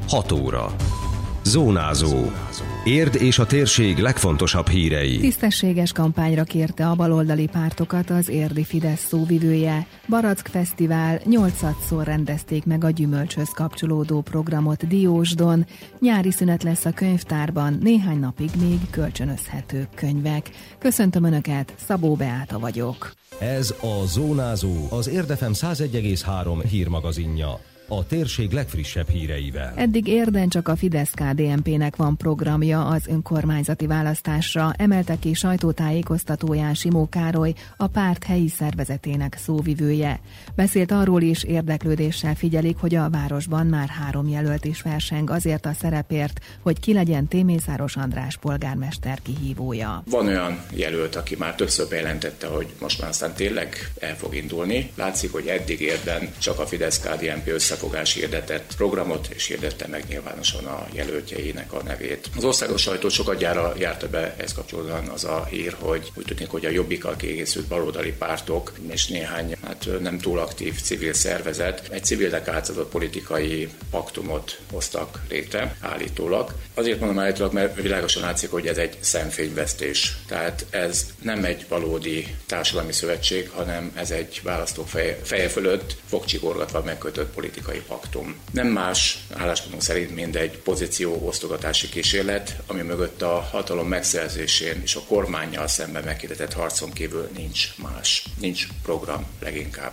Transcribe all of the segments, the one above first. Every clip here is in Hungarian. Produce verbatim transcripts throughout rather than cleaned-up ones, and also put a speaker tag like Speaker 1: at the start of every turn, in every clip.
Speaker 1: hat óra. Zónázó. Érd és a térség legfontosabb hírei.
Speaker 2: Tisztességes kampányra kérte a baloldali pártokat az érdi Fidesz szóvivője. Barack Fesztivál, nyolcadszor rendezték meg a gyümölcshöz kapcsolódó programot Diósdon. Nyári szünet lesz a könyvtárban, néhány napig még kölcsönözhetők könyvek. Köszöntöm Önöket, Szabó Beáta vagyok.
Speaker 1: Ez a Zónázó, az Érd ef em száz egy egész három hírmagazinja. A térség legfrissebb híreivel.
Speaker 2: Eddig Érden csak a Fidesz-ká dé en pé-nek van programja az önkormányzati választásra, emelte ki sajtótájékoztatóján Simó Károly, a párt helyi szervezetének szóvivője. Beszélt arról is, érdeklődéssel figyelik, hogy a városban már három jelölt is verseng azért a szerepért, hogy ki legyen Mészáros András polgármester kihívója.
Speaker 3: Van olyan jelölt, aki már többször bejelentette, hogy most már aztán tényleg el fog indulni. Látszik, hogy eddig Érden csak a Fidesz-ká dé en pé összefogás hirdetett programot, és hirdette meg nyilvánosan a jelöltjeinek a nevét. Az országos sajtó sokat gyára járta be ez kapcsolatban az a hír, hogy úgy tűnik, hogy a Jobbikkal kiegészült baloldali pártok és néhány hát nem túl aktív civil szervezet egy civilnek átadott politikai paktumot hoztak létre, állítólag. Azért mondom állítólag, mert világosan látszik, hogy ez egy szemfényvesztés. Tehát ez nem egy valódi társadalmi szövetség, hanem ez egy választók feje, feje fölött fogcsigorgatva megkötött politikai paktum. Nem más álláspontunk szerint, mint egy pozíció osztogatási kísérlet, ami mögött a hatalom megszerzésén és a kormánnyal szemben meghirdetett harcon kívül nincs más. Nincs program leginkább.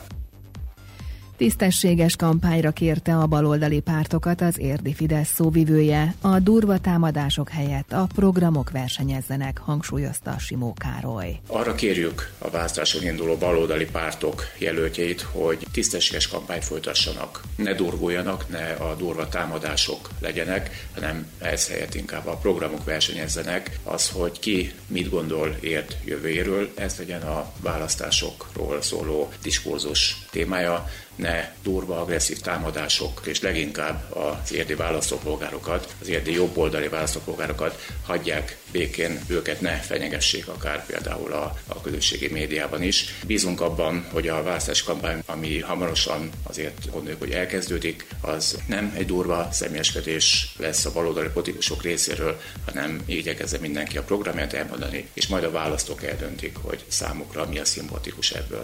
Speaker 2: Tisztességes kampányra kérte a baloldali pártokat az érdi Fidesz szóvivője. A durva támadások helyett a programok versenyezzenek, hangsúlyozta Simó Károly.
Speaker 3: Arra kérjük a választáson induló baloldali pártok jelöltjeit, hogy tisztességes kampányt folytassanak. Ne durvuljanak, ne a durva támadások legyenek, hanem ez helyett inkább a programok versenyezzenek. Az, hogy ki mit gondol Érd jövőjéről, ez legyen a választásokról szóló diskurzus témája. Ne durva, agresszív támadások, és leginkább az érdi választópolgárokat, az érdi jobboldali választópolgárokat hagyják békén, őket ne fenyegessék, akár például a, a közösségi médiában is. Bízunk abban, hogy a választási kampány, ami hamarosan azért gondoljuk, hogy elkezdődik, az nem egy durva személyeskedés lesz a baloldali politikusok részéről, hanem igyekezze mindenki a programját elmondani, és majd a választók eldöntik, hogy számukra mi a szimpatikus ebből.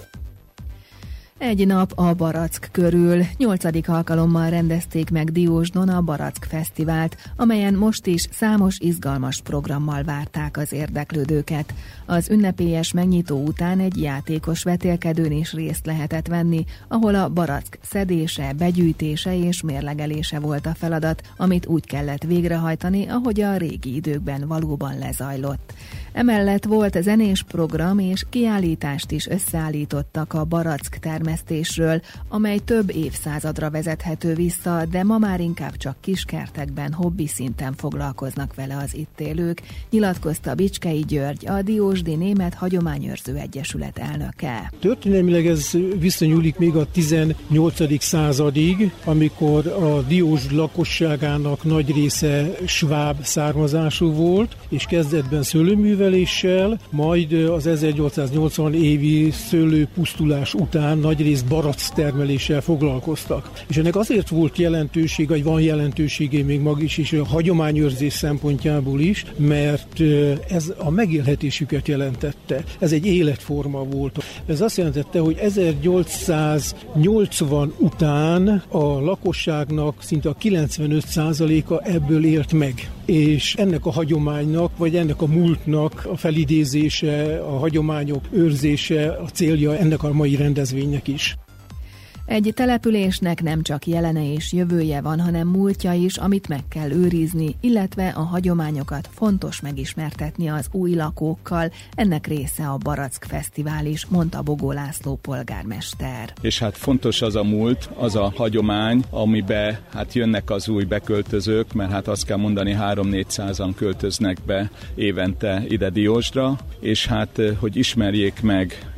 Speaker 2: Egy nap a Barack körül. Nyolcadik alkalommal rendezték meg Diósdon a Barack Fesztivált, amelyen most is számos izgalmas programmal várták az érdeklődőket. Az ünnepélyes megnyitó után egy játékos vetélkedőn is részt lehetett venni, ahol a barack szedése, begyűjtése és mérlegelése volt a feladat, amit úgy kellett végrehajtani, ahogy a régi időkben valóban lezajlott. Emellett volt zenés program és kiállítást is összeállítottak a barack termesztésről, amely több évszázadra vezethető vissza, de ma már inkább csak kiskertekben, hobbi szinten foglalkoznak vele az itt élők, nyilatkozta Bicskei György, a Diósdi Német Hagyományőrző Egyesület elnöke.
Speaker 4: Történelmileg ez visszanyúlik még a tizennyolcadik századig, amikor a Diósd lakosságának nagy része sváb származású volt, és kezdetben szőlőműveléssel, majd az ezernyolcszáznyolcvan évi szőlőpusztulás után nagyrészt barack termeléssel foglalkoztak. És ennek azért volt jelentősége, vagy van jelentősége még maga is, és a hagyományőrzés szempontjából is, mert ez a megélhetésüket jelentette. Ez egy életforma volt. Ez azt jelentette, hogy ezernyolcszáznyolcvan után a lakosságnak szinte a kilencvenöt százaléka ebből élt meg. És ennek a hagyománynak, vagy ennek a múltnak a felidézése, a hagyományok őrzése a célja ennek a mai rendezvénynek is.
Speaker 2: Egy településnek nem csak jelene és jövője van, hanem múltja is, amit meg kell őrizni, illetve a hagyományokat fontos megismertetni az új lakókkal. Ennek része a Barack Fesztivál is, mondta Bogó László polgármester.
Speaker 5: És hát fontos az a múlt, az a hagyomány, amibe hát jönnek az új beköltözők, mert hát azt kell mondani, három-négyszázan költöznek be évente ide Diósdra, és hát hogy ismerjék meg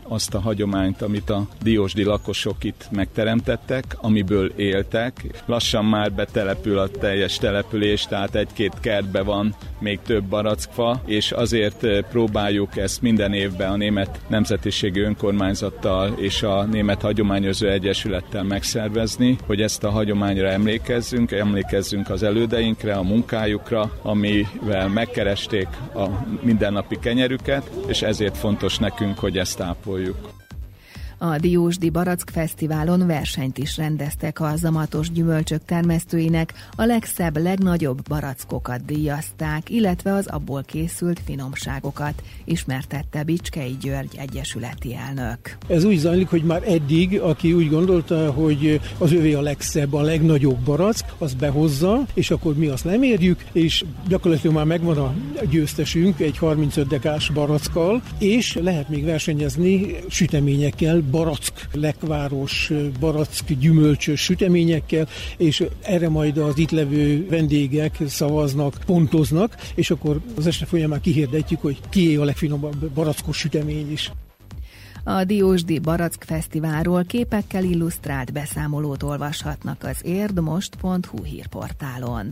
Speaker 5: azt a hagyományt, amit a diósdi lakosok itt megteremtettek, amiből éltek. Lassan már betelepül a teljes település, tehát egy-két kertbe van még több barackfa, és azért próbáljuk ezt minden évben a Német Nemzetiségi Önkormányzattal és a Német Hagyományőrző Egyesülettel megszervezni, hogy ezt a hagyományra emlékezzünk, emlékezzünk az elődeinkre, a munkájukra, amivel megkeresték a mindennapi kenyerüket, és ezért fontos nekünk, hogy ezt ápoljuk.
Speaker 2: A Diósdi Barack Fesztiválon versenyt is rendeztek a zamatos gyümölcsök termesztőinek, a legszebb, legnagyobb barackokat díjazták, illetve az abból készült finomságokat, ismertette Bicskei György egyesületi elnök.
Speaker 4: Ez úgy zajlik, hogy már eddig, aki úgy gondolta, hogy az övé a legszebb, a legnagyobb barack, az behozza, és akkor mi azt nem érjük, és gyakorlatilag már megvan a győztesünk egy harmincöt dekás barackkal, és lehet még versenyezni süteményekkel, barack lekváros, barack gyümölcsös süteményekkel, és erre majd az itt levő vendégek szavaznak, pontoznak, és akkor az este folyamán kihirdetjük, hogy kié a legfinomabb barackos sütemény is.
Speaker 2: A Diósdi Barack Fesztiválról képekkel illusztrált beszámolót olvashatnak az érdmost pont hu hírportálon.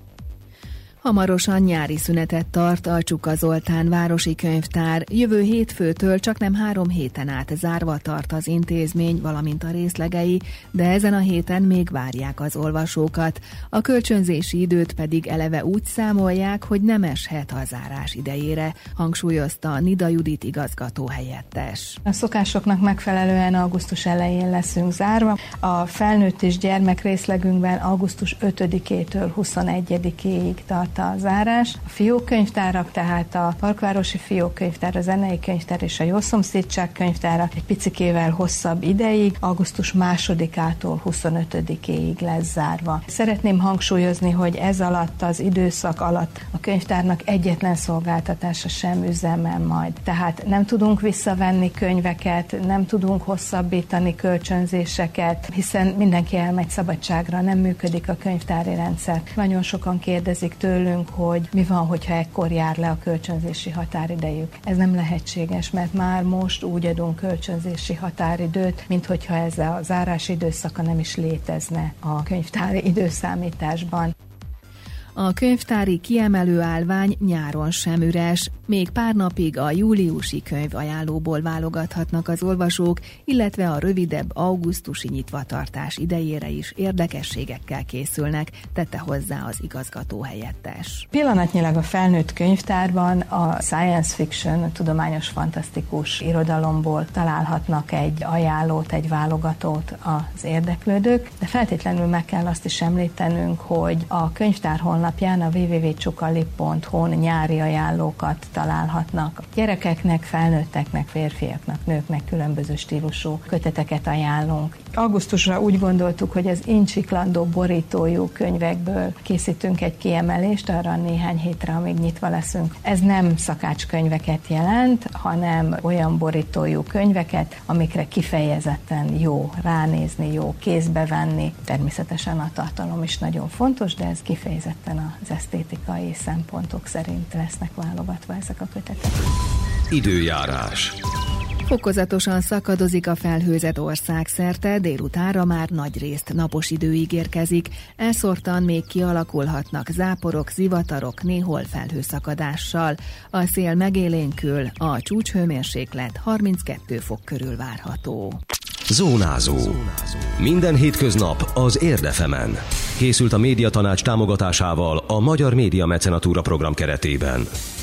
Speaker 2: Hamarosan nyári szünetet tart a Csuka Zoltán városi könyvtár. Jövő hétfőtől csaknem három héten át zárva tart az intézmény, valamint a részlegei, de ezen a héten még várják az olvasókat. A kölcsönzési időt pedig eleve úgy számolják, hogy nem eshet a zárás idejére, hangsúlyozta Nida Judit igazgató helyettes.
Speaker 6: A szokásoknak megfelelően augusztus elején leszünk zárva. A felnőtt és gyermek részlegünkben augusztus ötödikétől huszonegyedikéig tart a zárás. A fiókönyvtárak, tehát a Parkvárosi Fiókönyvtár, a Zenei Könyvtár és a Jószomszédság könyvtára egy picikével hosszabb ideig, augusztus másodikától huszonötödikéig lesz zárva. Szeretném hangsúlyozni, hogy ez alatt, az időszak alatt a könyvtárnak egyetlen szolgáltatása sem üzemel majd. Tehát nem tudunk visszavenni könyveket, nem tudunk hosszabbítani kölcsönzéseket, hiszen mindenki elmegy szabadságra, nem működik a könyvtári rendszer. Nagyon sokan kérdezik tőlünk, hogy mi van, hogyha ekkor jár le a kölcsönzési határidejük. Ez nem lehetséges, mert már most úgy adunk kölcsönzési határidőt, mint hogyha ez a zárás időszaka nem is létezne a könyvtári időszámításban.
Speaker 2: A könyvtári kiemelő állvány nyáron sem üres, még pár napig a júliusi könyvajánlóból válogathatnak az olvasók, illetve a rövidebb augusztusi nyitvatartás idejére is érdekességekkel készülnek, tette hozzá az igazgató helyettes.
Speaker 6: Pillanatnyilag a felnőtt könyvtárban a science fiction, a tudományos fantasztikus irodalomból találhatnak egy ajánlót, egy válogatót az érdeklődők, de feltétlenül meg kell azt is említenünk, hogy a könyvtár honlapján a double-u double-u double-u pont csukali pont hu-n nyári ajánlókat találhatnak. Gyerekeknek, felnőtteknek, férfiaknak, nőknek különböző stílusú köteteket ajánlunk. Augusztusra úgy gondoltuk, hogy az incsiklandó borítójú könyvekből készítünk egy kiemelést arra néhány hétre, amíg nyitva leszünk. Ez nem szakácskönyveket jelent, hanem olyan borítójú könyveket, amikre kifejezetten jó ránézni, jó kézbe venni. Természetesen a tartalom is nagyon fontos, de ez kifejezetten az esztétikai szempontok szerint lesznek válogatva ezek a kötetek.
Speaker 1: Időjárás.
Speaker 2: Fokozatosan szakadozik a felhőzet országszerte, délutánra már nagyrészt napos idő ígérkezik. Elszórtan még kialakulhatnak záporok, zivatarok, néhol felhőszakadással. A szél megélénkül, a csúcshőmérséklet harminckettő fok körül várható.
Speaker 1: Zónázó. Minden hétköznap az Érd ef emen. Készült a Médiatanács támogatásával a Magyar Média Mecenatúra program keretében.